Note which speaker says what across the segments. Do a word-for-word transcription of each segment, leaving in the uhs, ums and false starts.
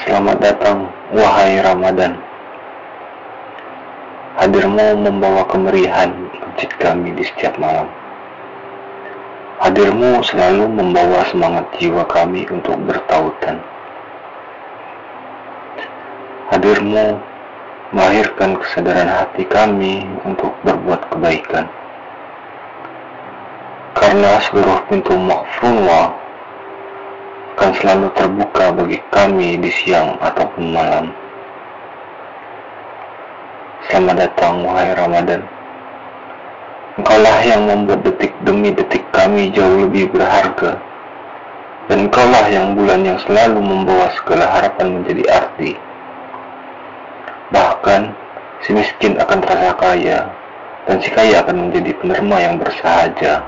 Speaker 1: Selamat datang, wahai Ramadan. Hadirmu membawa kemeriahan masjid kami di setiap malam. Hadirmu selalu membawa semangat jiwa kami untuk bertautan. Hadirmu melahirkan kesadaran hati kami untuk berbuat kebaikan. Karena seluruh pintu maghfurah akan selalu terbuka bagi kami di siang ataupun malam. Selamat datang, wahai Ramadan. Engkaulah yang membuat detik demi detik kami jauh lebih berharga. Dan engkaulah yang bulan yang selalu membawa segala harapan menjadi arti. Bahkan, si miskin akan terasa kaya, dan si kaya akan menjadi penerima yang bersahaja.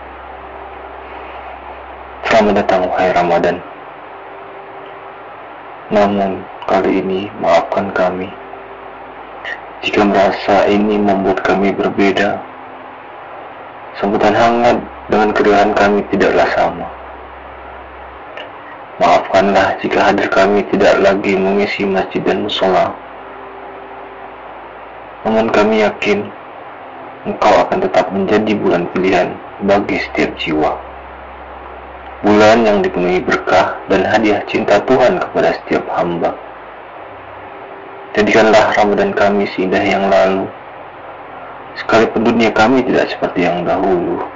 Speaker 1: Selamat datang, wahai Ramadan. Namun, kali ini maafkan kami jika merasa ini membuat kami berbeda. Sambutan hangat dengan keriuhan kami tidaklah sama. Maafkanlah jika hadir kami tidak lagi mengisi masjid dan musola. Namun kami yakin Engkau akan tetap menjadi bulan pilihan bagi setiap jiwa. Bulan yang dipenuhi berkah dan hadiah cinta Tuhan kepada setiap hamba. Jadikanlah Ramadan kami seindah yang lalu, sekalipun dunia kami tidak seperti yang dahulu.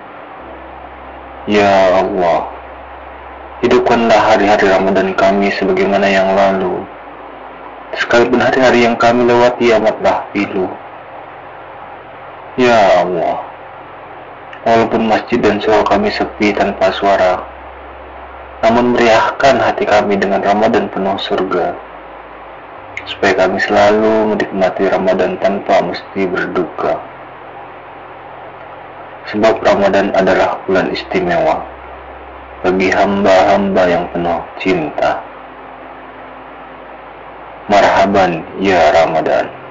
Speaker 1: Ya Allah, hidupkanlah hari-hari Ramadan kami sebagaimana yang lalu, sekalipun hari-hari yang kami lewati amatlah pilu. Ya Allah, walaupun masjid dan surau kami sepi tanpa suara, namun meriahkan hati kami dengan Ramadan penuh surga, supaya kami selalu menikmati Ramadan tanpa mesti berduka. Sebab Ramadan adalah bulan istimewa bagi hamba-hamba yang penuh cinta. Marhaban ya Ramadan.